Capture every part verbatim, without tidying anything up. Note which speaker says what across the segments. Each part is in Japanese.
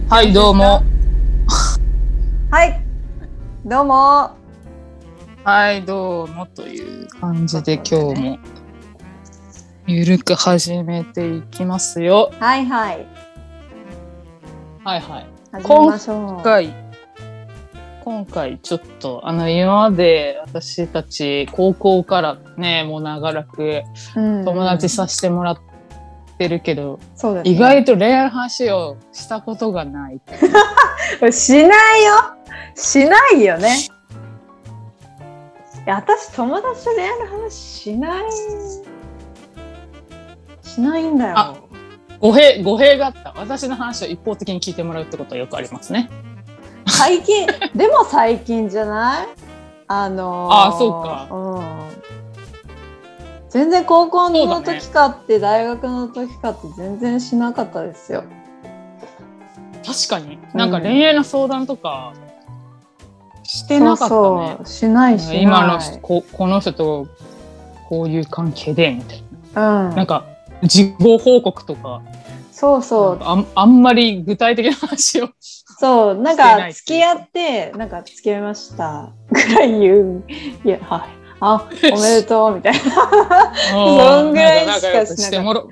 Speaker 1: はい、どうも。
Speaker 2: はい、どうも。
Speaker 1: はい、どうもという感じで今日もゆるく始めていきますよ。
Speaker 2: はいはい。
Speaker 1: はいはい。
Speaker 2: 始めましょう。
Speaker 1: 今回、今回ちょっとあの今まで私たち高校からね、もう長らく友達させてもらってるけど、うんそうですね、意外と恋愛の話をしたことがない。
Speaker 2: しないよ。しないよね。いや、私友達と恋愛の話しないしないんだよ。
Speaker 1: あ、語弊語弊があった。私の話を一方的に聞いてもらうってことはよくありますね。
Speaker 2: 最近でも最近じゃない？あのー、
Speaker 1: ああ、そうか。
Speaker 2: うん。全然高校の時かって、ね、大学の時かって全然しなかったですよ。
Speaker 1: 確かに、なんか恋愛の相談とかしてなかったね。
Speaker 2: そうそう、しないしない。
Speaker 1: 今のここの人とこういう関係でみたいな、うん、なんか事後報告とか、
Speaker 2: そうそう、
Speaker 1: あん、あんまり具体的な話を
Speaker 2: そう、なんか付き合ってなんか付き合いましたぐらい言う、いや、はい、あ、おめでとうみたいなそんぐらいしかしなかった。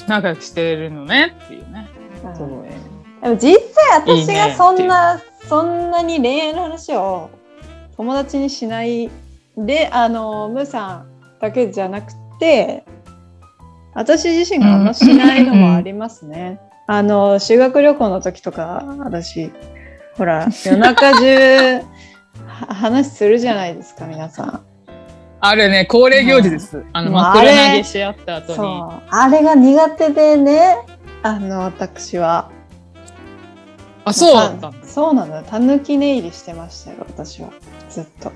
Speaker 1: 仲良くしてるのねっていうね、
Speaker 2: うん、そうね。でも実際私がそんな、いいね、そんなに恋愛の話を友達にしないで、あのムーさんだけじゃなくて私自身があんましないのもありますね。うん、あの修学旅行の時とか私ほら夜中中話するじゃないですか、皆さん。
Speaker 1: あれね、恒例行事です。うん、あの枕投げし合った後に、そう、
Speaker 2: あれが苦手でね、あの私は。
Speaker 1: あ、そうだったんだ。
Speaker 2: そうなの。たぬき寝入りしてましたよ、私はずっと。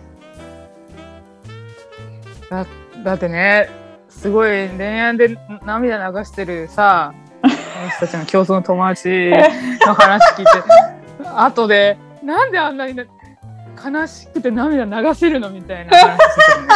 Speaker 1: だ、だってね、すごい恋愛で涙流してるさ、私たちの共通の友達の話聞いて後でなんであんなに悲しくて涙流せるのみたいな話してたね。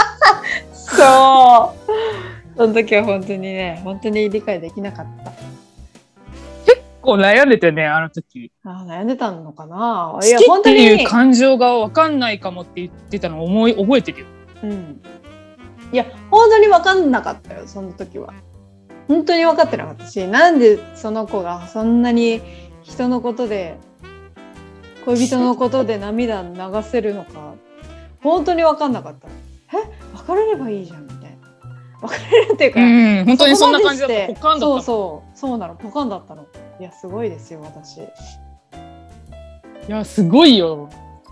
Speaker 2: そうその時は本当にね、本当に理解できなかった。
Speaker 1: 結構悩んでてね、あの時。
Speaker 2: あ、悩んでたのかな。
Speaker 1: 好きっていう感情が分かんないかもって言ってたのを思い覚えてるよ。うん。
Speaker 2: いや、本当に分かんなかったよ、その時は。本当に分かってなかったし、なんでその子がそんなに人のことで、恋人のことで涙流せるのか、本当に分かんなかった。え、別れればいいじゃんみたいな。別れるっていうか、うん、
Speaker 1: 本当にそんな感じだった。ポカンだった。
Speaker 2: そうそうそうなの、ポカンだったの。いや、すごいですよ、私。い
Speaker 1: や、すごいよ。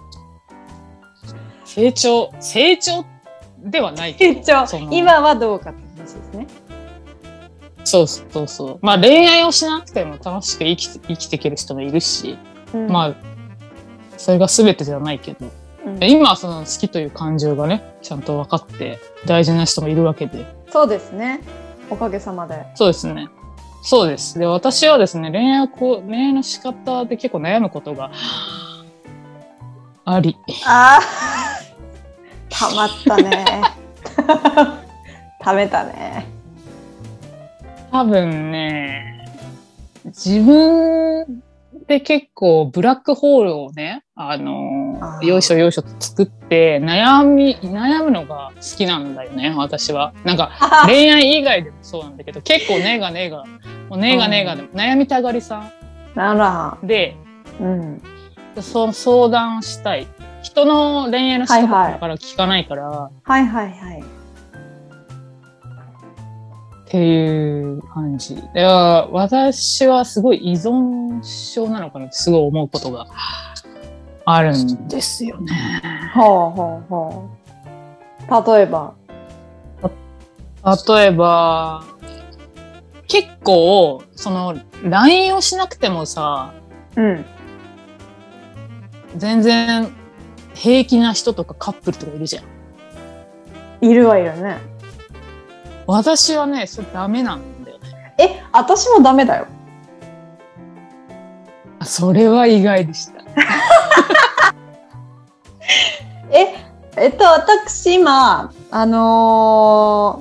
Speaker 1: 成長、成長ではないけど。
Speaker 2: 成長。今はどうかって話ですね。
Speaker 1: そうそうそう。まあ恋愛をしなくても楽しく生きて、生きていける人もいるし、うん、まあそれが全てじゃないけど、うん、今はその好きという感情がね、ちゃんと分かって大事な人もいるわけで。
Speaker 2: そうですね。おかげさまで。
Speaker 1: そうですね。そうです。で、私はですね、恋愛をこう、恋愛の仕方で結構悩むことがあり。
Speaker 2: ああ、たまったね。ためたね。
Speaker 1: 多分ね、自分で結構ブラックホールをね、あのー、よいしょよいしょと作って悩み、悩むのが好きなんだよね、私は。なんか恋愛以外でもそうなんだけど、結構ネガネガ、もうネガネガでも悩みたがりさん。
Speaker 2: なら。
Speaker 1: で、うん、そ相談したい。人の恋愛の仕方だから聞かないから。
Speaker 2: はいはいはい。
Speaker 1: っていう感じ。いや、私はすごい依存症なのかなってすごい思うことがあるんですよね。
Speaker 2: ほうほうほう。例えば
Speaker 1: 例えば結構その ライン をしなくてもさ、うん、全然平気な人とかカップルとかいるじゃん。
Speaker 2: いるはいるね。
Speaker 1: 私はね、それダメなんだよね。
Speaker 2: え、私もダメだよ。
Speaker 1: それは意外でした。
Speaker 2: え、えっと私今あの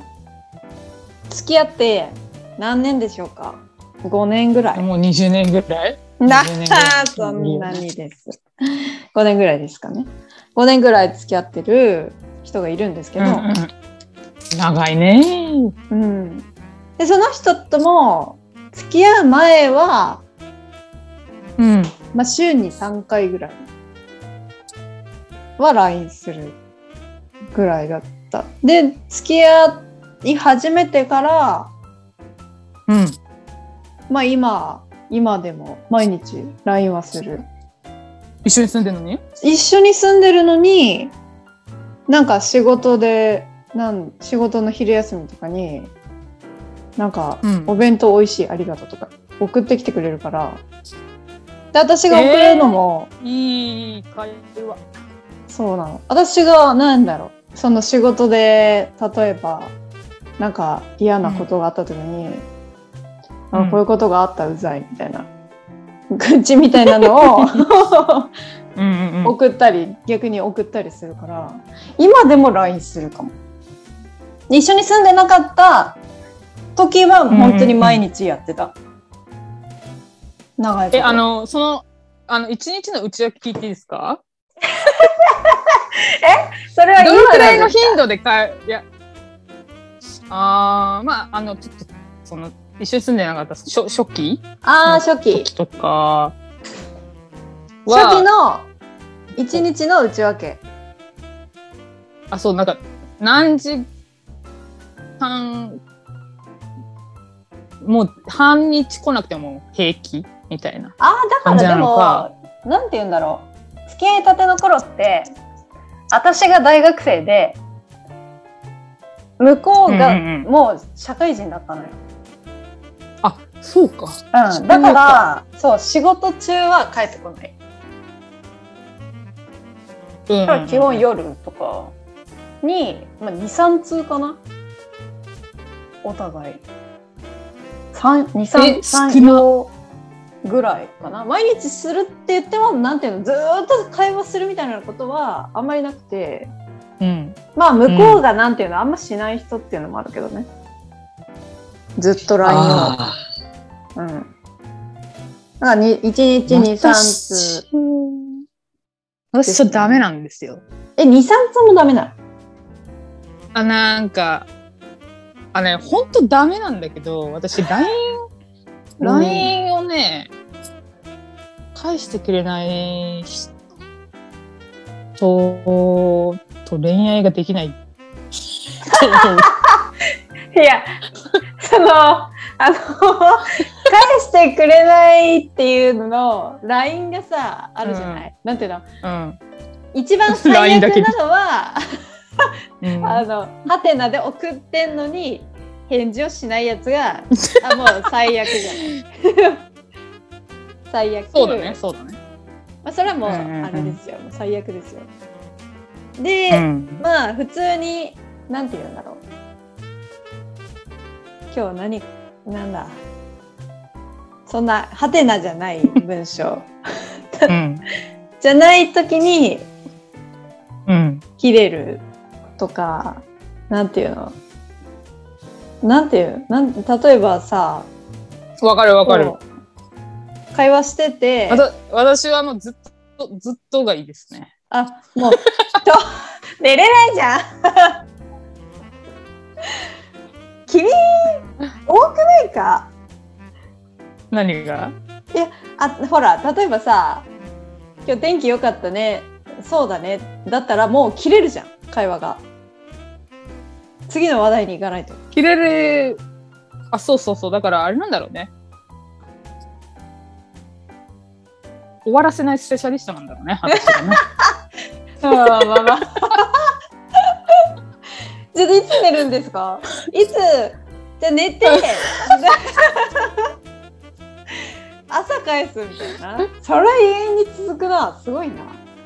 Speaker 2: ー、付き合って何年でしょうか。ごねんぐらい。
Speaker 1: もうにじゅうねんぐらい。
Speaker 2: なあ、そんなにです。ごねんぐらいですかね。ごねんぐらい付き合ってる人がいるんですけど、うんうん、
Speaker 1: 長いね。
Speaker 2: うん。でその人とも付き合う前は、
Speaker 1: うん、
Speaker 2: まあ週にさんかいぐらいは ライン するぐらいだった。で付き合い始めてから、
Speaker 1: うん、
Speaker 2: まあ今今でも毎日 ライン はする。
Speaker 1: 一緒に住んでるのに？
Speaker 2: 一緒に住んでるのに、なんか仕事でなん仕事の昼休みとかになんか、うん、お弁当おいしいありがとうとか送ってきてくれるから、で私が送るのも、
Speaker 1: えー、いい会話。
Speaker 2: そうなの。私がなんだろう、その仕事で例えばなんか嫌なことがあった時に、うん、あこういうことがあったうざいみたいな愚痴みたいなのをうんうん、うん、送ったり逆に送ったりするから、今でも ライン するかも。一緒に住んでなかった時は本当に毎日やってた、うんうんうん、長いこと。
Speaker 1: えあのそのあの一日の内訳聞いていいですか？
Speaker 2: えそれは
Speaker 1: どのくらいの頻度でかいやあーまああのちょっとその一緒に住んでなかった初初期
Speaker 2: あ初期
Speaker 1: とか
Speaker 2: 初期の一日の内訳。
Speaker 1: あそうなんか何時間もう半日来なくても平気みたいな。
Speaker 2: あだからでもなんて言うんだろう、付き合いたての頃って私が大学生で向こうがもう社会人だったのよ、
Speaker 1: うんうんうん、あそうか、
Speaker 2: うん、だからそう仕事中は帰ってこない、うんうんうん、基本夜とかに、まあ、にさん通かなお互いにさん、さん、よんぐらいかな。毎日するって言ってもなんていうのずっと会話するみたいなことはあんまりなくて、
Speaker 1: うん、
Speaker 2: まあ向こうがなんていうの、うん、あんましない人っていうのもあるけどね、ずっと ライン をうんだからにいちにちに、さん通
Speaker 1: 私それダメなんですよ。
Speaker 2: えに、さん通もダメなの？
Speaker 1: あなんかあね、ほんとダメなんだけど、私 ライン、ライン をね、返してくれない人と恋愛ができない。い
Speaker 2: や、その、あの、返してくれないっていうのの ライン がさ、あるじゃない、うん、なんていうの、うん、一番最悪なのは、うん、あのハテナで送ってんのに返事をしないやつがあもう最悪じゃない最悪。
Speaker 1: そうだねそうだね、
Speaker 2: まあ、それはもうあれですよ、うんうんうん、もう最悪ですよ。で、うん、まあ普通になんて言うんだろう、今日何なんだそんなハテナじゃない文章、うん、じゃない時に、うん、切れるとか、なんていうのなんていうなん例えばさ、
Speaker 1: わかるわかる、
Speaker 2: 会話してて
Speaker 1: 私はもうずっとずっとがいいですね。
Speaker 2: あもうと寝れないじゃん君多くないか？
Speaker 1: 何が？
Speaker 2: いやあほら例えばさ、今日天気良かったね、そうだねだったらもう切れるじゃん会話が。次の話題に行かないと
Speaker 1: 切れる。あそうそうそう、だからあれなんだろうね、終わらせないスペシャリストなんだろうね私はね
Speaker 2: まあまあまあじゃあいつ寝るんですか？いつじゃあ寝て朝返すみたいな。それは永遠に続くな。すごいな。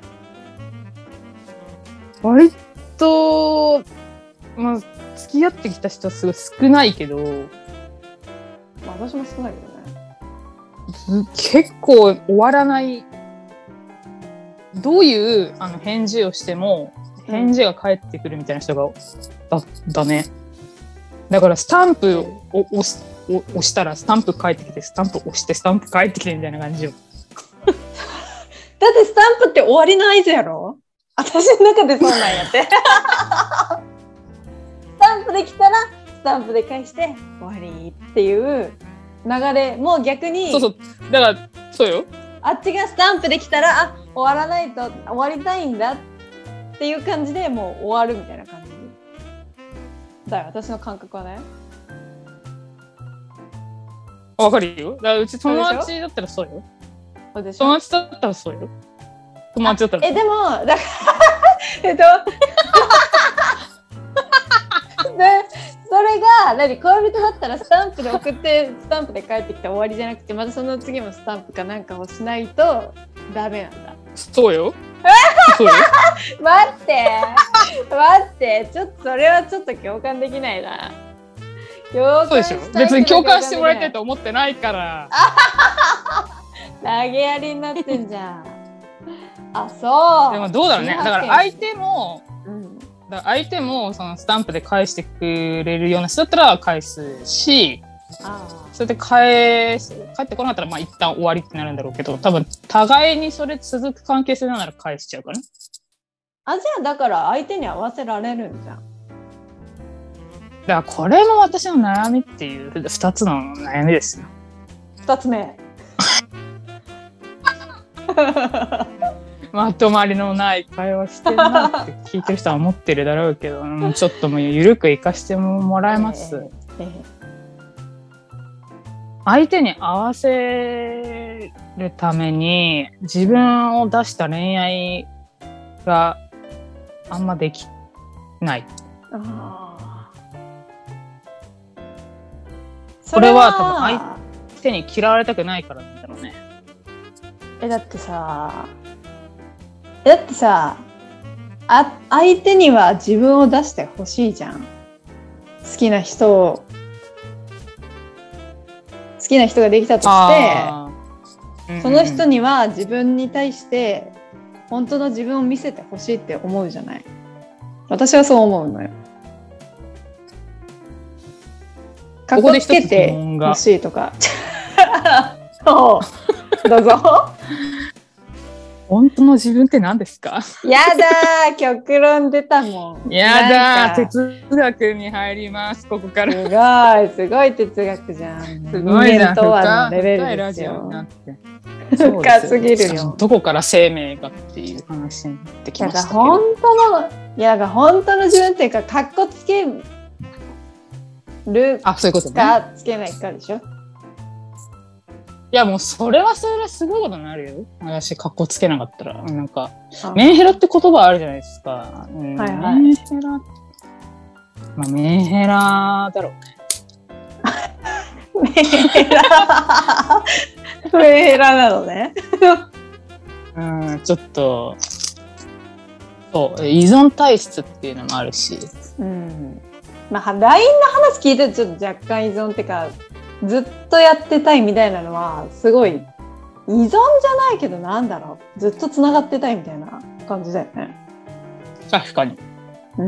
Speaker 1: 割とまあ付き合ってきた人はすごい少ないけど、ま
Speaker 2: あ、私も少ないけ
Speaker 1: どね。結構終わらない。どういうあの返事をしても返事が返ってくるみたいな人がだ, だね。だからスタンプを押す押したらスタンプ返ってきて、スタンプ押してスタンプ返ってきてみたいな感じよ。
Speaker 2: だってスタンプって終わりの合図やろ。私の中でそうなんやってスタンプできたらスタンプで返して終わりっていう流れ。もう逆に
Speaker 1: そうそう、だからそうよ、
Speaker 2: あっちがスタンプできたらあ終わらないと終わりたいんだっていう感じでもう終わるみたいな感じだよ、私の感覚はね。
Speaker 1: わかるよ。だからうち友達だったらそうよ。
Speaker 2: そうでしょ。
Speaker 1: 友達だったらそうよ。友達だったら。
Speaker 2: えでもだからえっとでそれが何、恋人だったらスタンプで送ってスタンプで帰ってきた終わりじゃなくて、またその次もスタンプかなんかをしないとダメなんだ。
Speaker 1: そうよ。そうよ。
Speaker 2: 待って待ってちょっとそれはちょっと共感できないな。
Speaker 1: そうでしょ。別に共感してもらいたいと思ってないから。
Speaker 2: 投げやりになってんじゃん。あ、そう。
Speaker 1: でもどうだろうね。だから相手も、
Speaker 2: うん、
Speaker 1: だから相手もそのスタンプで返してくれるような人だったら返すし、あそれで返す返ってこなかったらまあ一旦終わりってなるんだろうけど、多分互いにそれ続く関係性なら返しちゃうからね。
Speaker 2: あ、じゃあだから相手に合わせられるんじゃん。
Speaker 1: だからこれも私の悩みっていうふたつの悩みですよ。
Speaker 2: ふたつめ
Speaker 1: まとまりのない会話してるなって聞いてる人は思ってるだろうけどちょっともう緩く生かしてもらえます、えーえー、相手に合わせるために自分を出した恋愛があんまできない。あこれは多分相手に嫌われたくないからなんだろうね。
Speaker 2: えだってさだってさあ相手には自分を出してほしいじゃん。好きな人を好きな人ができたとして、うんうん、その人には自分に対して本当の自分を見せてほしいって思うじゃない。私はそう思うのよ。かっこつけてほしいとかそうどうぞ
Speaker 1: 本当の自分って何ですか？
Speaker 2: やだー極論出たもん。
Speaker 1: やだー哲学に入りますここから。
Speaker 2: すごいすごい哲学じゃん。
Speaker 1: すごいな。
Speaker 2: 人間とはのレベルですよ。深すぎるよ。
Speaker 1: どこから生命がっていう話になってきましたけど。
Speaker 2: 本当のいやが本当の自分っていうかかっこつける
Speaker 1: あそういうことね。
Speaker 2: かつけないかでしょ。
Speaker 1: いやもうそれはそれはすごいことになるよ。私かっこつけなかったらなんかメンヘラって言葉あるじゃないですか。うん、はいはい、メンヘラ、まあ、メンヘラだろうね。
Speaker 2: メンヘラメンヘラなのね。
Speaker 1: うんちょっとそう依存体質っていうのもあるし。
Speaker 2: うんまあ ライン の話聞いてるとちょっと若干依存ってか。ずっとやってたいみたいなのはすごい依存じゃないけどなんだろうずっとつながってたいみたいな感じだよね。
Speaker 1: 確かに。
Speaker 2: うん。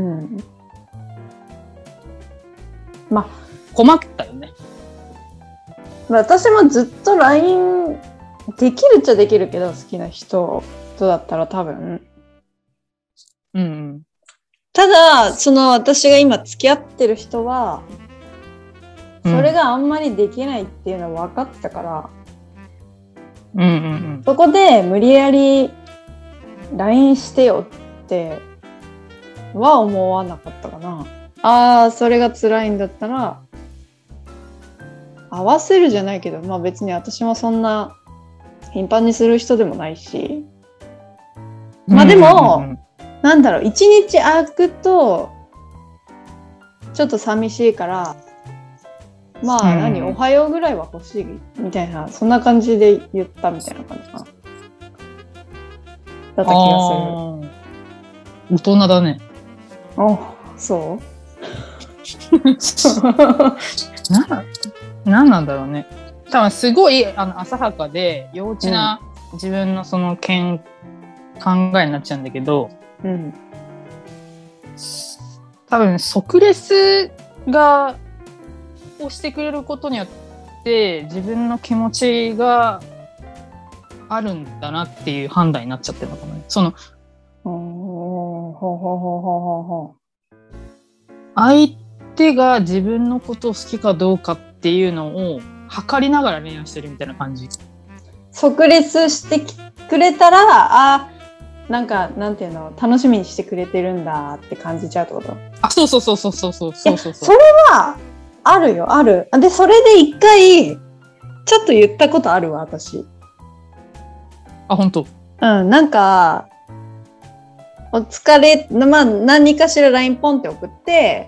Speaker 2: まあ
Speaker 1: 困ったよね。
Speaker 2: 私もずっと ライン できるっちゃできるけど好きな人とだったら多分。
Speaker 1: うん、うん。た
Speaker 2: だその私が今付き合ってる人は。それがあんまりできないっていうのは分かってたから、
Speaker 1: うんうんうん、
Speaker 2: そこで無理やり ライン してよっては思わなかったかな。ああそれが辛いんだったら合わせるじゃないけど、まあ別に私もそんな頻繁にする人でもないし、まあでも、うんうんうん、なんだろう一日空くとちょっと寂しいからまあ何、うん、おはようぐらいは欲しいみたいなそんな感じで言ったみたいな感じかなだった気がする。
Speaker 1: 大人だね。
Speaker 2: あそう
Speaker 1: ななんなんだろうね。多分すごいあの浅はかで幼稚な自分のその見、うん、考えになっちゃうんだけど、うん、多分即レスがをしてくれることによって自分の気持ちがあるんだなっていう判断になっちゃってるのかもね。その
Speaker 2: ほうほうほうほうほうほう。
Speaker 1: 相手が自分のことを好きかどうかっていうのを測りながら恋愛してるみたいな感じ。
Speaker 2: 即立してきくれたら、あ、なんかなんていうの、楽しみにしてくれてるんだって感じちゃうってこと？
Speaker 1: あ、そうそうそうそうそうそうそうそう。
Speaker 2: それはあるよ、ある。で、それで一回ちょっと言ったことあるわ、私。
Speaker 1: あ、本当？
Speaker 2: うん、なんかお疲れ、まあ何かしら ライン ポンって送って、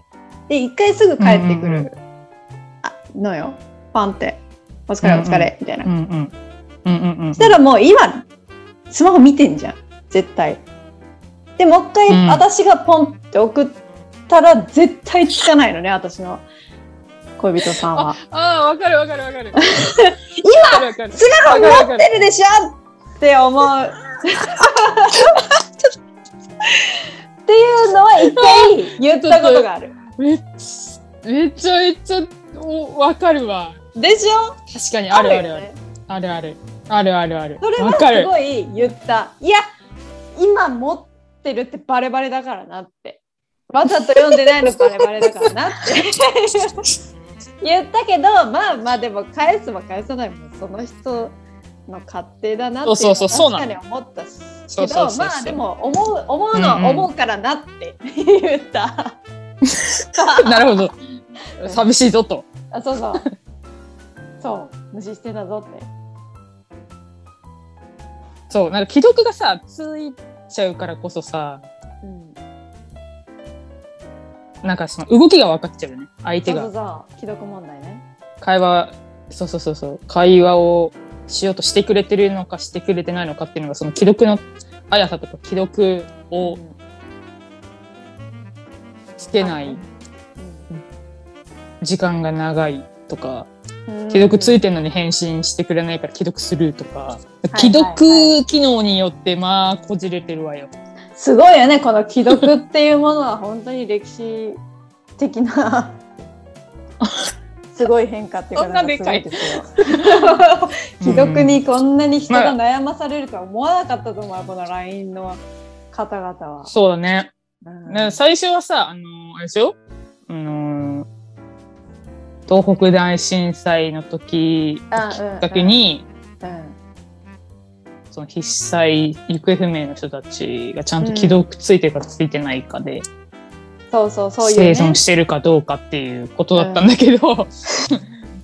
Speaker 2: で一回すぐ帰ってくる、うんうんうん、あのよ、パンってお疲れお疲れ、うんうん、みたいな。うんうんうんうんうん、したらもう今スマホ見てんじゃん絶対。でもう一回、うん、私がポンって送ったら絶対つかないのね、私の恋人さんは。
Speaker 1: ああ、わかるわかるわかる。
Speaker 2: 今スマホ持ってるでしょって思う。っていうのは一回言ったことがある。
Speaker 1: めっちゃめちゃめちゃわかるわ。
Speaker 2: でしょ？
Speaker 1: 確かにあるあるある。あるあるあるあるある。
Speaker 2: それはすごい言った。いや、今持ってるってバレバレだからなって。わざと読んでないのバレバレだからなって言ったけど、まあまあでも返すも返さないもその人の勝手だなっていうのは確かに思ったけど、まあでも思う思うのは思うからなって言った。
Speaker 1: なるほど。寂しいぞと。
Speaker 2: あ、そうそう。そう、無視してたぞって。
Speaker 1: そう、なんか既読がさついちゃうからこそさ、うん、なんかその動きが分かっちゃうよね、相手が。
Speaker 2: そうそうそう、既読問題ね。
Speaker 1: 会話、そうそうそうそう、会話をしようとしてくれてるのかしてくれてないのかっていうのが、その既読の速さとか既読をつけない、うん、時間が長いとか、既読ついてるのに返信してくれないから既読するとか、既読機能によってまあこじれてるわよ。
Speaker 2: すごいよね、この既読っていうものは本当に歴史的なすごい変化っていうか、なんかすごいですよ。既読にこんなに人が悩まされるとは思わなかったと思う、まあ、この ライン の方々は。
Speaker 1: そうだね。うん、ね、最初はさ、あのー、あれですよ、あのー、東北大震災の時きっかけに、うんうんうん、その被災行方不明の人たちがちゃんと既読ついてるかついてないかで、うん、
Speaker 2: そうそうそういう、ね、
Speaker 1: 生存してるかどうかっていうことだったんだけど、うん、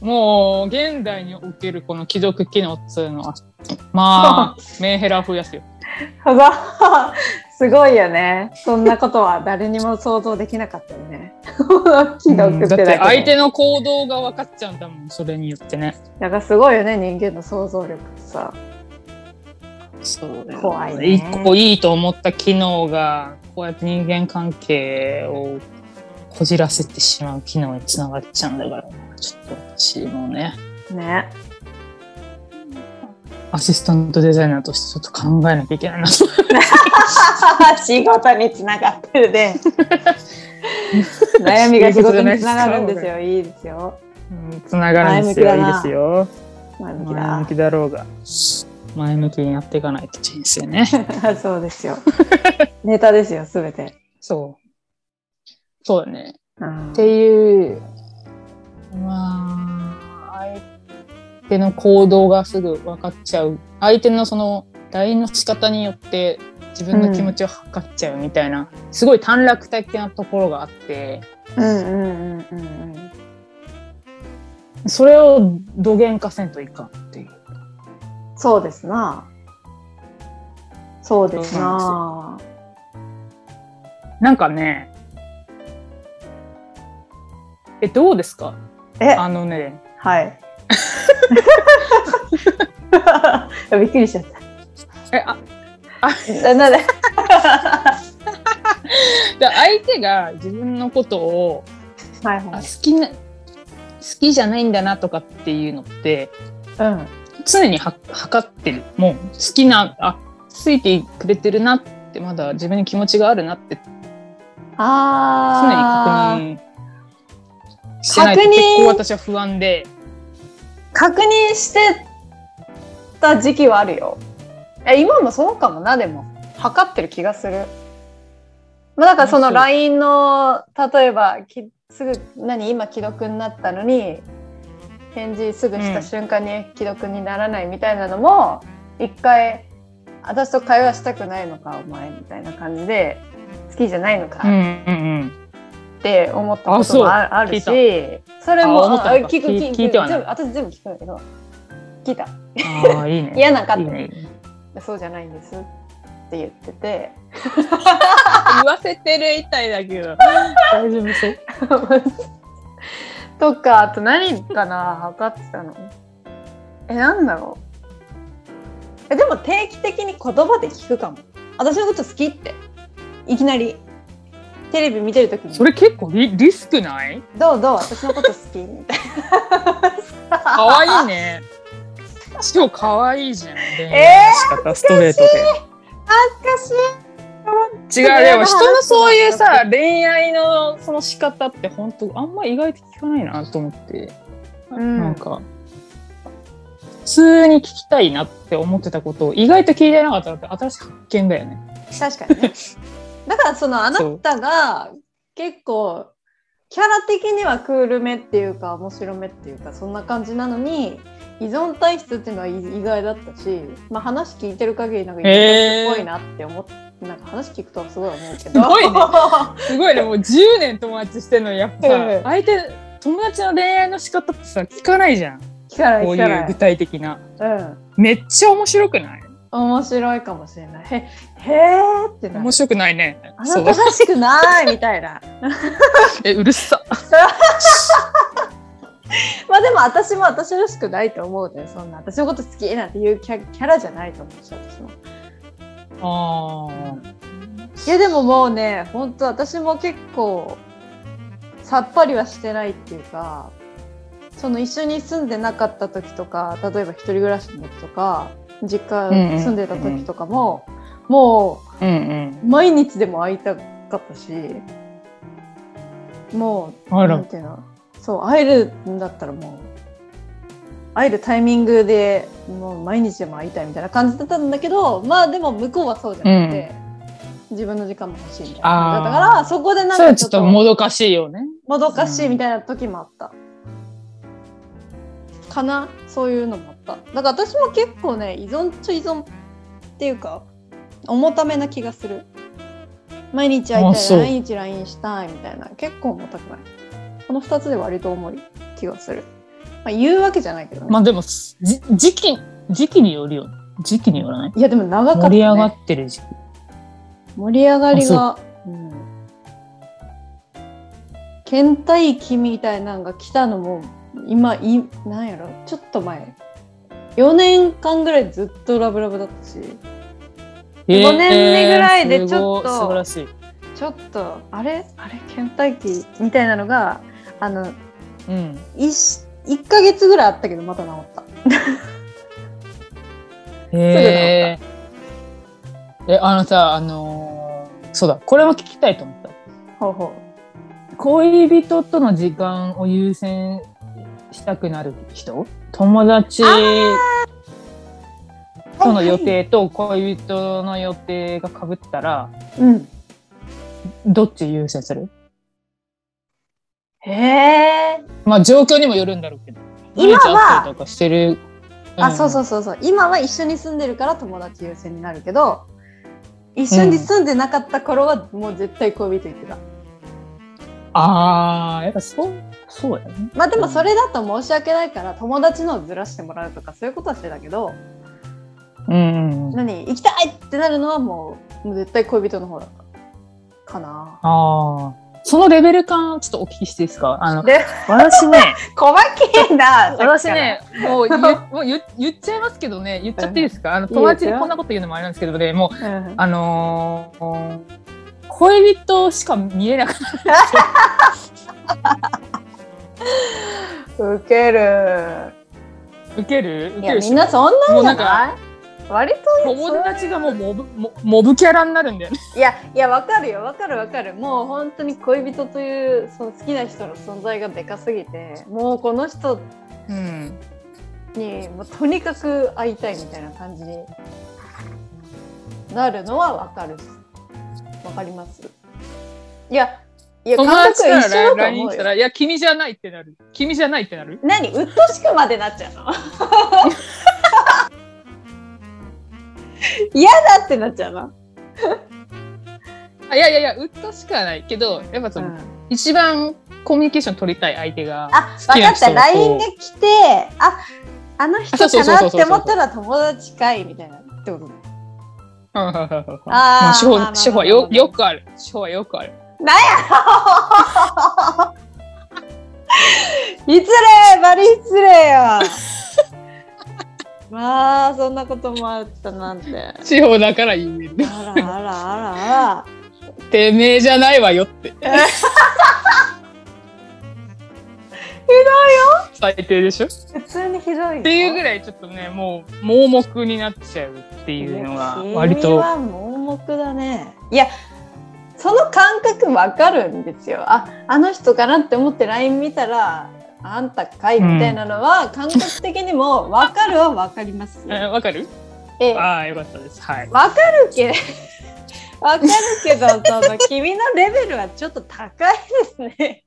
Speaker 1: もう現代におけるこの既読機能っつうのはまあメンヘラ増やすよ。
Speaker 2: すごいよね。そんなことは誰にも想像できなかったよね。既読ってだけで、
Speaker 1: うん、だって相手の行動が分かっちゃうんだもん、それによってね。
Speaker 2: だからすごいよね、人間の想像力さ。
Speaker 1: そうだよ、
Speaker 2: 怖いね。
Speaker 1: 一個いいと思った機能がこうやって人間関係をこじらせてしまう機能につながっちゃうんだから、ちょっと私もね
Speaker 2: ね、
Speaker 1: アシスタントデザイナーとしてちょっと考えなきゃいけないなと。
Speaker 2: 仕事につながってるね。悩みが仕事につながるんですよ。いいですよ。
Speaker 1: うん、つながるんですよ。いいですよ。
Speaker 2: 前向きだ。
Speaker 1: 前向きだろうが前向きにやっていかないと人生ね。
Speaker 2: そうですよ。ネタですよ、すべて。
Speaker 1: そうそうだね、
Speaker 2: うん、
Speaker 1: っていうまあ相手の行動がすぐ分かっちゃう、相手のその ライン の仕方によって自分の気持ちを測っちゃうみたいな、うん、すごい短絡的なところがあって、
Speaker 2: うんうんうんうんうん、
Speaker 1: それをどげんかせんといかんっていう。
Speaker 2: そうですな。そうですな。
Speaker 1: なんかね、え、どうですか？
Speaker 2: え、
Speaker 1: あのね、
Speaker 2: はい。びっくりしちゃった。
Speaker 1: え、あ、あ、
Speaker 2: なんで？
Speaker 1: 相手が自分のことを、
Speaker 2: はいはい、
Speaker 1: あ、好きな、好きじゃないんだなとかっていうのって、
Speaker 2: うん、
Speaker 1: 常には測ってる。もう好きな、あ、ついてくれてるなって、まだ自分に気持ちがあるなって、
Speaker 2: あ、
Speaker 1: 常に確認してないと結構私は不安で。
Speaker 2: 確認してた時期はあるよ。 え今もそうかもな。でも測ってる気がする。まあだからその ライン の例えばきすぐ何今既読になったのに返事すぐした瞬間に既読にならないみたいなのも、うん、一回私と会話したくないのかお前みたいな感じで好きじゃないのか、
Speaker 1: うんうんうん
Speaker 2: って思ったことも あ, あるし、それもあ聞く聞く聞いてはない私全部聞くんだけど聞いた
Speaker 1: あいい、ね、
Speaker 2: 嫌なんかっていい、
Speaker 1: ね、
Speaker 2: そうじゃないんですって言ってて
Speaker 1: 言わせてるみたいだけど大丈夫そう
Speaker 2: とかあと何かな測ってたのえなんだろうえでも定期的に言葉で聞くかも私のこと好きっていきなりテレビ見てるときに
Speaker 1: それ結構 リ, リスクない
Speaker 2: どうどう私のこと好きみたい
Speaker 1: なかわいいね超かわいいじゃん恋愛の仕方、えー、ストレートで
Speaker 2: 恥ずかしい
Speaker 1: 違うでも人のそういうさ恋愛のその仕方って本当あんま意外と聞かないなと思って、うん、なんか普通に聞きたいなって思ってたことを意外と聞いてなかったのって新しい発見だよね。
Speaker 2: 確かにねだからそのあなたが結構キャラ的にはクールめっていうか面白めっていうかそんな感じなのに依存体質っていうのは意外だったし、まあ、話聞いてる限りなんかすごいなって思って、えー、なんか話聞くとはすごい思うけど
Speaker 1: すごいねすごいねもうじゅうねん友達してるのにやっぱさ、えー、相手友達の恋愛の仕方ってさ聞かないじゃん
Speaker 2: 聞かない
Speaker 1: こういう具体的な、
Speaker 2: うん、
Speaker 1: めっちゃ面白くない
Speaker 2: 面白いかもしれない。へへーってなる。
Speaker 1: 面白くないね。
Speaker 2: あなたらしくないみたいな。
Speaker 1: えうるさ。
Speaker 2: まあでも私も私らしくないと思うね。そんな私のこと好きなんていうキャ、キャラじゃないと思うし私も。
Speaker 1: ああ。
Speaker 2: いやでももうね本当私も結構さっぱりはしてないっていうか、その一緒に住んでなかった時とか、例えば一人暮らしの時とか。実家住んでた時とかも、うんうんうん、もう、うんうん、毎日でも会いたかったしもうなんていうのそう会えるんだったらもう会えるタイミングでもう毎日でも会いたいみたいな感じだったんだけどまあでも向こうはそうじゃなくて、うん、自分の時間も欲しいみたいな感じだったからそこでなんか
Speaker 1: ちょっともどかしいよね
Speaker 2: もどかしいみたいな時もあった、うん、かなそういうのもあった。だから私も結構ね依存っちゃ依存っていうか重ためな気がする。毎日会いたい毎日 ライン したいみたいな結構重たくない。このふたつで割と重い気がする。まあ、言うわけじゃないけどね。
Speaker 1: まあでもじ時期時期によるよ。時期によらない。
Speaker 2: いやでも長かった、ね、
Speaker 1: 盛り上がってる時期。
Speaker 2: 盛り上がりが、うん、倦怠期みたいなのが来たのも今いなんやろちょっと前よねんかんぐらいずっとラブラブだったし、えー、ごねんめぐらいでちょっと、
Speaker 1: 素晴らしい。
Speaker 2: ちょっとあれあれ倦怠期みたいなのがあの、うん、いっかげつぐらいあったけどまた治った。
Speaker 1: へえー、えあのさあのー、そうだこれも聞きたいと思った。
Speaker 2: ほうほ
Speaker 1: う恋人との時間を優先したくなる人友達との予定と恋人の予定が被ったら、うん、どっち優先する？
Speaker 2: へえ。
Speaker 1: まあ状況にもよるんだろうけど
Speaker 2: 今は
Speaker 1: とかしてる、
Speaker 2: うん、あそうそうそうそう今は一緒に住んでるから友達優先になるけど一緒に住んでなかった頃はもう絶対恋人言ってた、うん、
Speaker 1: あーやっぱそうそうやね。
Speaker 2: まあでもそれだと申し訳ないから友達のをずらしてもらうとかそういうことはしてたけど、うんうんうん、何行きたいってなるのはもう、もう絶対恋人の方だったかな。
Speaker 1: あそのレベル感ちょっとお聞きしていいですか？あの私ね
Speaker 2: 細けんだ
Speaker 1: 私ねもう言もう言言っちゃいますけどね言っちゃっていいですか？あの友達にこんなこと言うのもあれなんですけどねもう、うん、あのー、恋人しか見えなくなるんです
Speaker 2: よ。ウケる
Speaker 1: ウケるウケる。
Speaker 2: いやみんなそんなんじゃない？割と
Speaker 1: 友達がもうモブ、モブキャラになるんだよね。
Speaker 2: いやいやわかるよわかるわかる。もう本当に恋人というその好きな人の存在がでかすぎてもうこの人にもうとにかく会いたいみたいな感じになるのはわかる。わかります。いやいや
Speaker 1: 友
Speaker 2: 感
Speaker 1: 達か
Speaker 2: 覚一緒だと
Speaker 1: ら ライン
Speaker 2: 思うよ。
Speaker 1: 来たら、いや、君じゃないってなる。君じゃないってなる。
Speaker 2: 何うっとしくまでなっちゃうの嫌だってなっちゃうの
Speaker 1: あ、いやいやいや、うっとしくはないけど、やっぱその、うん、一番コミュニケーション取りたい相手が好きな人と。
Speaker 2: あ、分かった。ライン が来て、あ、あの人かなって思ったら友達かいみたいなってこと。
Speaker 1: ああ、手法、手法はよ、よくある。手法はよくある。
Speaker 2: なんや失礼、バリ失礼よ。まあそんなこともあったなんて。
Speaker 1: 地方だから言える。
Speaker 2: あらあらあらあら。
Speaker 1: てめえじゃないわよって。ひどいよ。最低でしょ。
Speaker 2: 普通にひどい。
Speaker 1: っていうぐらいちょっとね、もう盲目になっちゃうっていうのが割と。
Speaker 2: 君は盲目だね。いや。その感覚わかるんですよ。あ、あの人かなって思って ライン 見たらあんたかいみたいなのは、うん、感覚的にもわかるはわかりますよ。
Speaker 1: えわかる？
Speaker 2: え
Speaker 1: ああ、よかったです。はい。
Speaker 2: わかるけどわかるけどその君のレベルはちょっと高いですね。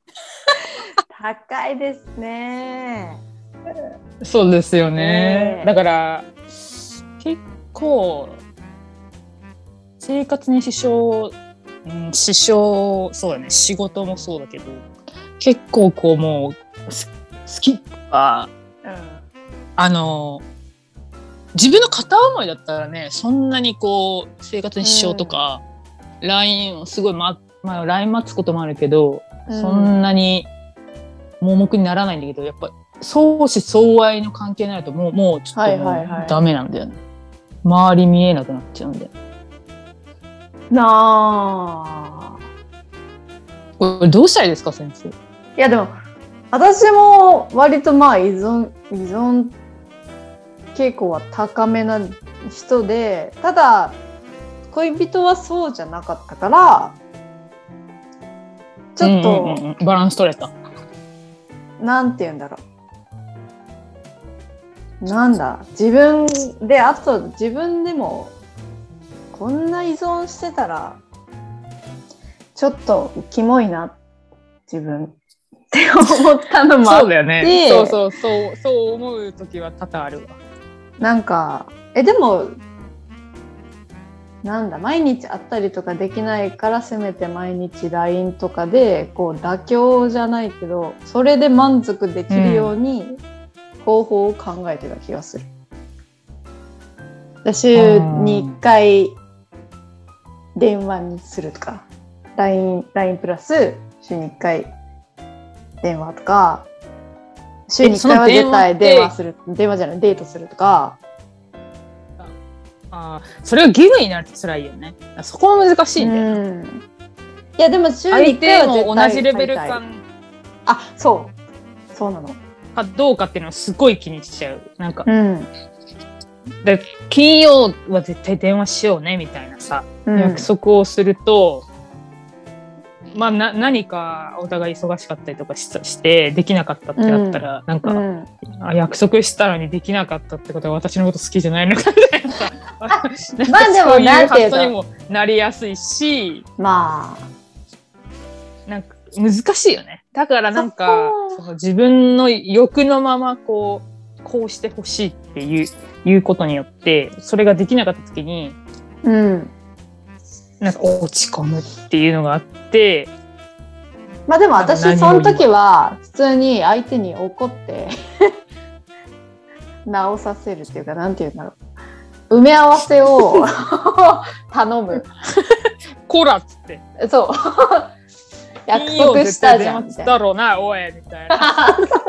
Speaker 2: 高いですね。
Speaker 1: そうですよね。えー、だから結構生活に支障うん、支障、そうだね、仕事もそうだけど結構こうもう好きとか、うん、あの自分の片思いだったらねそんなにこう生活に支障とか、うん、ライン をすごい、ままあ、ライン 待つこともあるけど、うん、そんなに盲目にならないんだけどやっぱ相思相愛の関係になるともう、もうちょっともうダメなんだよね、はいはいはい、周り見えなくなっちゃうんだよ
Speaker 2: なあ。
Speaker 1: これどうしたらいいですか先生。い
Speaker 2: やでも私も割とまあ依存依存傾向は高めな人で、ただ恋人はそうじゃなかったからちょっと、うんうんうん、
Speaker 1: バランス取れた。
Speaker 2: なんて言うんだろう。なんだ自分であと自分でもこんな依存してたらちょっとキモいな自分って思ったのもあって。
Speaker 1: そうだよね。そうそうそうそう思う時は多々あるわ。
Speaker 2: なんかえでもなんだ毎日会ったりとかできないからせめて毎日 ライン とかでこう妥協じゃないけどそれで満足できるように方法を考えてた気がする。うん、週にいっかい電話にするとか ライン, ラインプラス週にいっかい電話とか週にいっかいは絶対電話する電話じゃないデートするとか。
Speaker 1: あそれが義務になると辛いよね。そこも難しいんだよ、うん、
Speaker 2: いやでも週にいっかいは絶対
Speaker 1: 同じレベル感
Speaker 2: あそうそうなの
Speaker 1: かどうかっていうのはすごい気にしちゃう。なんか、
Speaker 2: うん、
Speaker 1: で金曜は絶対電話しようねみたいなさ、うん、約束をするとまあな何かお互い忙しかったりとか し, してできなかったってなったら、うん、なんか、うん、あ約束したのにできなかったってことは私のこと好きじゃないのかみたいなさまあでもなんていう発想にもなりやすいし
Speaker 2: ま
Speaker 1: あなんか難しいよね。だからなんかその自分の欲のままこうこうしてほしいっていういうことによってそれができなかった時に、
Speaker 2: うん、
Speaker 1: なんか落ち込むっていうのがあって
Speaker 2: まあでも私その時は普通に相手に怒って直させるっていうかなんていうんだろう埋め合わせを頼む
Speaker 1: こらっつって
Speaker 2: そう約束したじゃんみたいな
Speaker 1: だろうなおいみたいな
Speaker 2: そうそう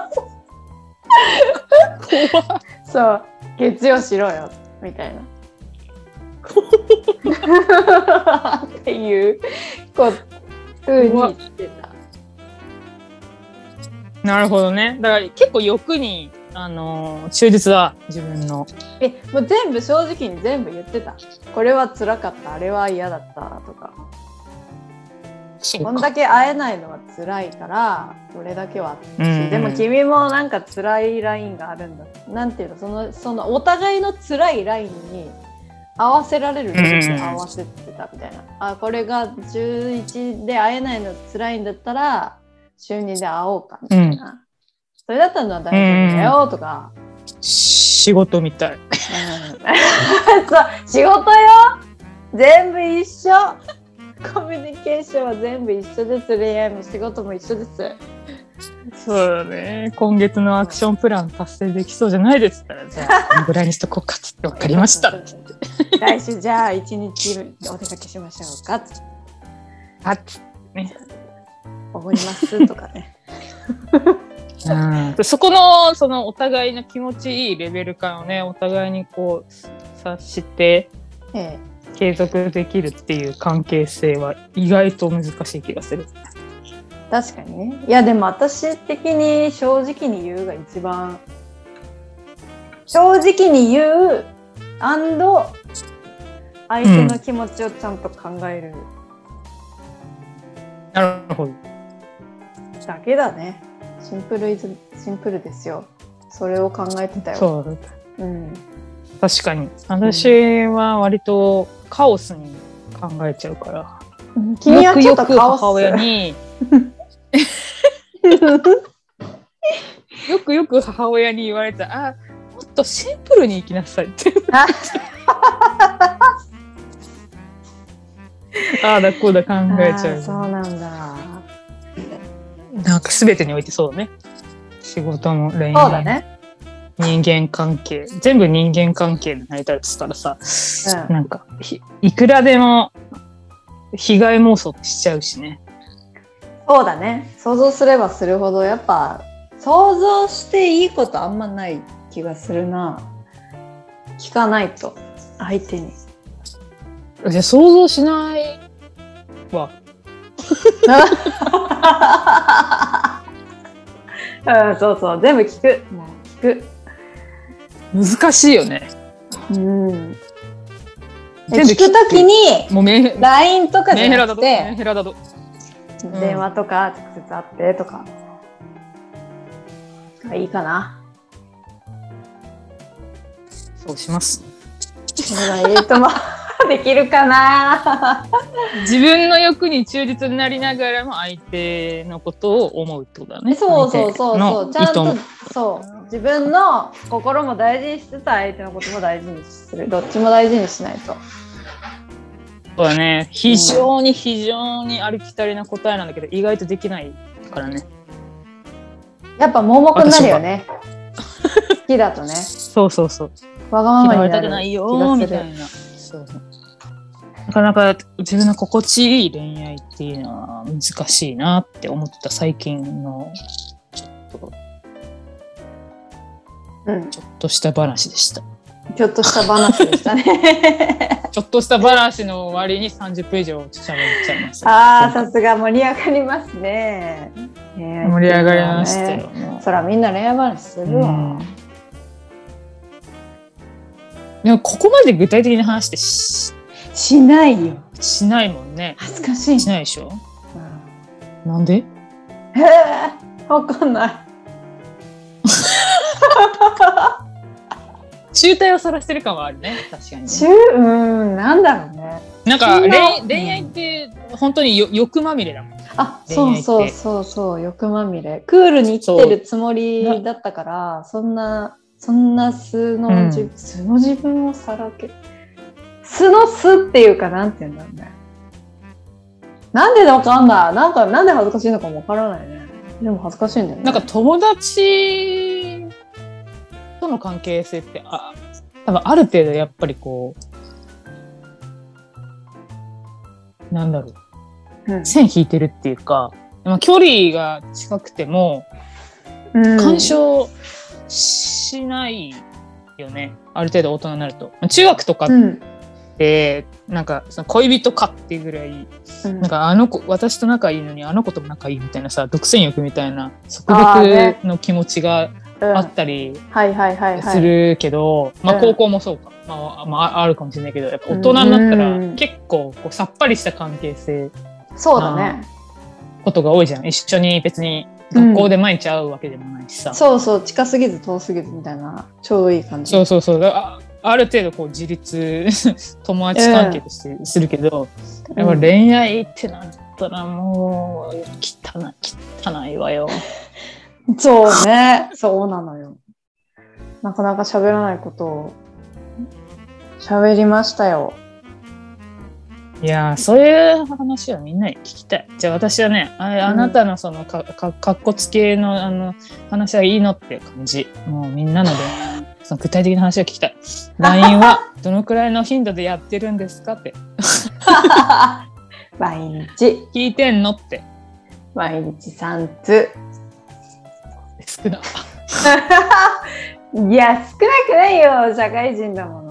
Speaker 2: そう怖っそう月曜しろよみたいなっていうこう風に言ってた。
Speaker 1: なるほどね。だから結構欲に、あのー、忠実だ自分の。
Speaker 2: えもう全部正直に全部言ってた。これは辛かったあれは嫌だったとか。こんだけ会えないのは辛いからそれだけはあったし、うんうん、でも君もなんか辛いラインがあるんだ。なんていうのそのそのお互いの辛いラインに合わせられるレベルで合わせてたみたいな、うん、あこれがじゅういちで会えないの辛いんだったら週にで会おうかみたいな、うん、それだったのは大丈夫だよとか、うん、
Speaker 1: 仕事みたい、うん、
Speaker 2: そう仕事よ全部一緒コミュニケーションは全部一緒です。恋愛も仕事も一緒です。
Speaker 1: そうだね。今月のアクションプラン達成できそうじゃないですから、じゃあこのぐらいにしとこうかっつって分かりましたっつって
Speaker 2: 来週じゃあ一日お出かけしましょうかっつって
Speaker 1: あっつってね
Speaker 2: おごりますとかね
Speaker 1: うん、そこのそのお互いの気持ちいいレベル感をねお互いにこう察して継続できるっていう関係性は意外と難しい気がする。
Speaker 2: 確かにね。いやでも私的に正直に言うが一番正直に言う&相手の気持ちをちゃんと考える、
Speaker 1: うん、なるほど
Speaker 2: だけだね。シンプルイズシンプルですよ。それを考えてたよ。
Speaker 1: そう、
Speaker 2: うん、確
Speaker 1: かに私は割とカオスに考えちゃうから、
Speaker 2: うん、君はちょっとカオス
Speaker 1: 母親によくよく母親に言われた。あ、もっとシンプルに生きなさいってああだこうだ考えちゃう。
Speaker 2: そうなんだ。
Speaker 1: なんか全てにおいてそうね。仕事も恋愛も、
Speaker 2: そうだね、
Speaker 1: 人間関係全部人間関係になりたいですからさ、うん、なんか い, いくらでも被害妄想しちゃうしね。
Speaker 2: そうだね。想像すればするほどやっぱ想像していいことあんまない気がするな。聞かないと相手に。
Speaker 1: じゃあ想像しないわ。
Speaker 2: うん、そうそう全部聞く。もう聞く。
Speaker 1: 難しいよね。
Speaker 2: うん。聞くときにもう ライン とかじゃなくて
Speaker 1: メンヘラだと
Speaker 2: 電話とか直接会ってとか、うん、いいかな。
Speaker 1: そうします。
Speaker 2: それはいいともできるかな。
Speaker 1: 自分の欲に忠実になりながらも相手のことを思うってことだね。
Speaker 2: そうそうそうそう。ちゃんとそう自分の心も大事にしつつ相手のことも大事にする。どっちも大事にしないと。
Speaker 1: そうだね。非常に非常にありきたりな答えなんだけど、意外とできないからね。
Speaker 2: やっぱ盲目になるよね。好きだとね。
Speaker 1: そうそうそう。
Speaker 2: わがままになる
Speaker 1: 嫌われたくないよみたいな。そう。なかなか自分の心地いい恋愛っていうのは難しいなって思った最近のちょっと、うん、ちょっとした話でした。
Speaker 2: ちょっとした話でしたね。
Speaker 1: ちょっとした話の割にさんじゅっぷん以上喋っちゃいました。
Speaker 2: ああ、さすが盛り上がりますね。
Speaker 1: 盛り上がりましたよ。
Speaker 2: ね、そらみんな恋愛話するわ。うん、
Speaker 1: でもここまで具体的な話ってし
Speaker 2: しないよ。
Speaker 1: しないもんね。
Speaker 2: 恥ずかしい。
Speaker 1: しないでしょ。うん、なんで？へ
Speaker 2: え、わかんない。
Speaker 1: 集大を晒してる感はあるね。確かに、ね。
Speaker 2: うん、なんだろうね。
Speaker 1: なんか恋恋愛って本当によ欲まみれだもん。
Speaker 2: あ、そうそうそうそう欲まみれ。クールに生きてるつもりだったから、そんなそんな素の、うん、素の自分をさらけ。素の素っていうかなんていうんだろうね。なんでわかんない。なんかなんで恥ずかしいのかもわからないね。でも恥ずかしいんだよね。
Speaker 1: なんか友達との関係性ってあ多分ある程度やっぱりこうなんだろう、うん、線引いてるっていうか、まあ、距離が近くても干渉しないよね、うん、ある程度大人になると。中学とかって、うん、なんかその恋人かっていうぐらい、うん、なんかあの子私と仲いいのにあの子とも仲いいみたいなさ独占欲みたいな束縛の気持ちがあったりするけど、まあ高校もそうか、まあ、まああるかもしれないけどやっぱ大人になったら結構こうさっぱりした関係性
Speaker 2: そうだね
Speaker 1: ことが多いじゃん。一緒に別に学校で毎日会うわけでもないしさ、
Speaker 2: うん、そうそう近すぎず遠すぎずみたいなちょうどいい感じ。
Speaker 1: そうそうそうあある程度こう自立友達関係としてするけど、うん、やっぱ恋愛ってなったらもう汚い汚いわよ。
Speaker 2: そうね、そうなのよ。なかなか喋らないことを喋りましたよ。
Speaker 1: いやー、そういう話はみんなに聞きたい。じゃあ私はね、あ, あなたのそのかかかっこつけのあの話はいいのっていう感じ。もうみんなの恋愛その具体的な話を聞きたい。ライン はどのくらいの頻度でやってるんですかって。
Speaker 2: 毎日。
Speaker 1: 聞いてんのって。
Speaker 2: 毎日さんつう。
Speaker 1: 少な。
Speaker 2: いや、少なくないよ。社会人だもの。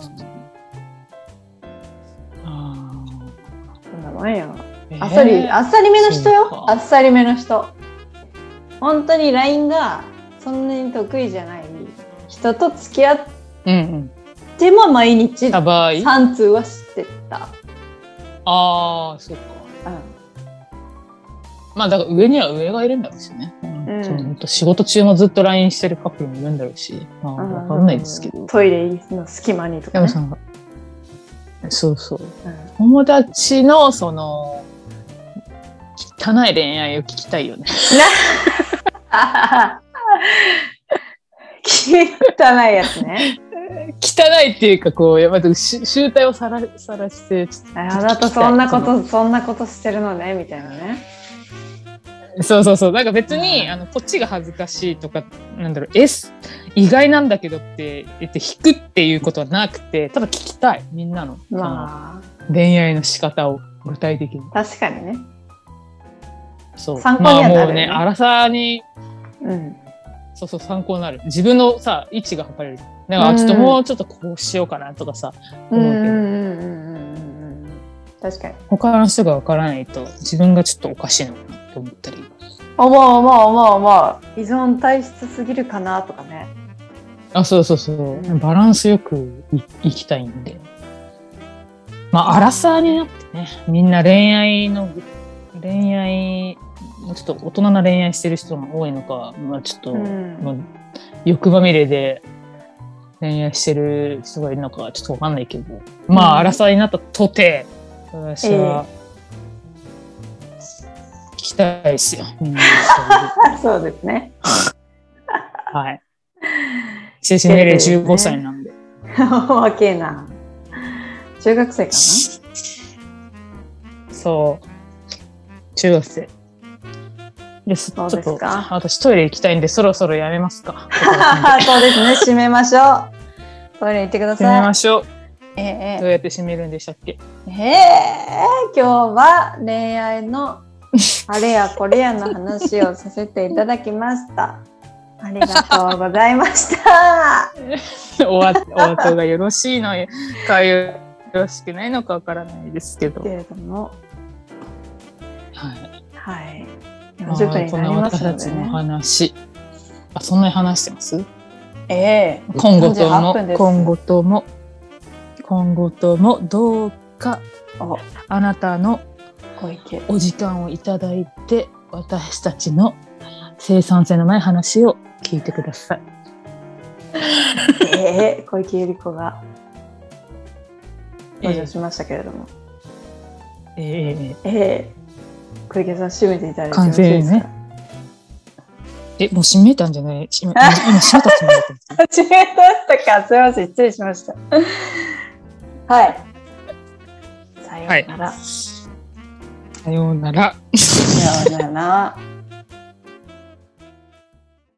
Speaker 2: あっさり、あっさりめの人よ。あっさりめの人。本当に ライン がそんなに得意じゃない人と付き合っても毎日さんつうはしてた。
Speaker 1: ああ、そうか。
Speaker 2: うん、
Speaker 1: まあだから上には上がいるんだろうしね。うん、その仕事中もずっと ライン してるカップルもいるんだろうし、まあわかんないですけど。
Speaker 2: トイレの隙間にとか、ね。
Speaker 1: そうそう。うん、友達のその汚い恋愛を聞きたいよね。
Speaker 2: 汚いやつね。
Speaker 1: 汚いっていうかこうやっぱり醜態をさらさらしてちょっと
Speaker 2: あなたそんなことそんなことしてるのねみたいなね。
Speaker 1: そうそうそう。なんか別に、うん、あのこっちが恥ずかしいとかなんだろう S 意外なんだけどって言って引くっていうことはなくて、ただ聞きたいみんなの、まあ、恋愛の仕方を具体的に。
Speaker 2: 確かにね。
Speaker 1: そう
Speaker 2: 参考にはなる、ね。
Speaker 1: まあもうね、荒さに、
Speaker 2: うん、
Speaker 1: そうそう参考になる。自分のさ位置が測れる。だからちょっともうちょっとこうしようかなとかさ、
Speaker 2: うん、思うけど。うんうんうんうん、確かに。
Speaker 1: 他の人が分からないと自分がちょっとおかしいのかなと思ったり。
Speaker 2: 思う思う思う思う。依存体質すぎるかなとかね。
Speaker 1: あ、そうそうそう。うん、バランスよくいきたいんで。まあ荒さになってね、みんな恋愛の恋愛ちょっと大人な恋愛してる人が多いのか、まあ、ちょっと、うんまあ、欲まみれで恋愛してる人がいるのかちょっと分かんないけど、うん、まあ荒さになったとて私は聞きたいですよ、えー、みんな
Speaker 2: そうですね。
Speaker 1: はい。精神年齢じゅうごさいなんで。
Speaker 2: 若えな。中学生かな。
Speaker 1: そう。中学生。ですちょっと私トイレ行きたいんでそろそろやめますか。
Speaker 2: そうですね、閉めましょう。トイレ行ってください。
Speaker 1: 閉めましょう。
Speaker 2: えー、
Speaker 1: どうやって閉めるんでしたっけ。
Speaker 2: えー、今日は恋愛のあれやこれやの話をさせていただきました。ありがとうございました。
Speaker 1: おわお後がよろしいのかよろしくないのかわからないですけど。
Speaker 2: けれども、
Speaker 1: はい。
Speaker 2: はい。
Speaker 1: まあ、こんな私たちの話、あ、そんなに話してます？
Speaker 2: ええ
Speaker 1: ー、今後とも今後とも今後ともどうかあなたの
Speaker 2: ご意見
Speaker 1: お時間をいただいて私たちの生産性のない話を聞いてください。
Speaker 2: えー、小池百合子が登場しましたけれども、
Speaker 1: えー、
Speaker 2: えーえー小池さん締めていただいてよろしいですか？完全ね。
Speaker 1: え、もう締めたんじゃない？今締めたつもりだったんですか？
Speaker 2: 締めましたか？すみません、失礼しました。はい。さようなら。
Speaker 1: はい、さようなら。
Speaker 2: さようなら。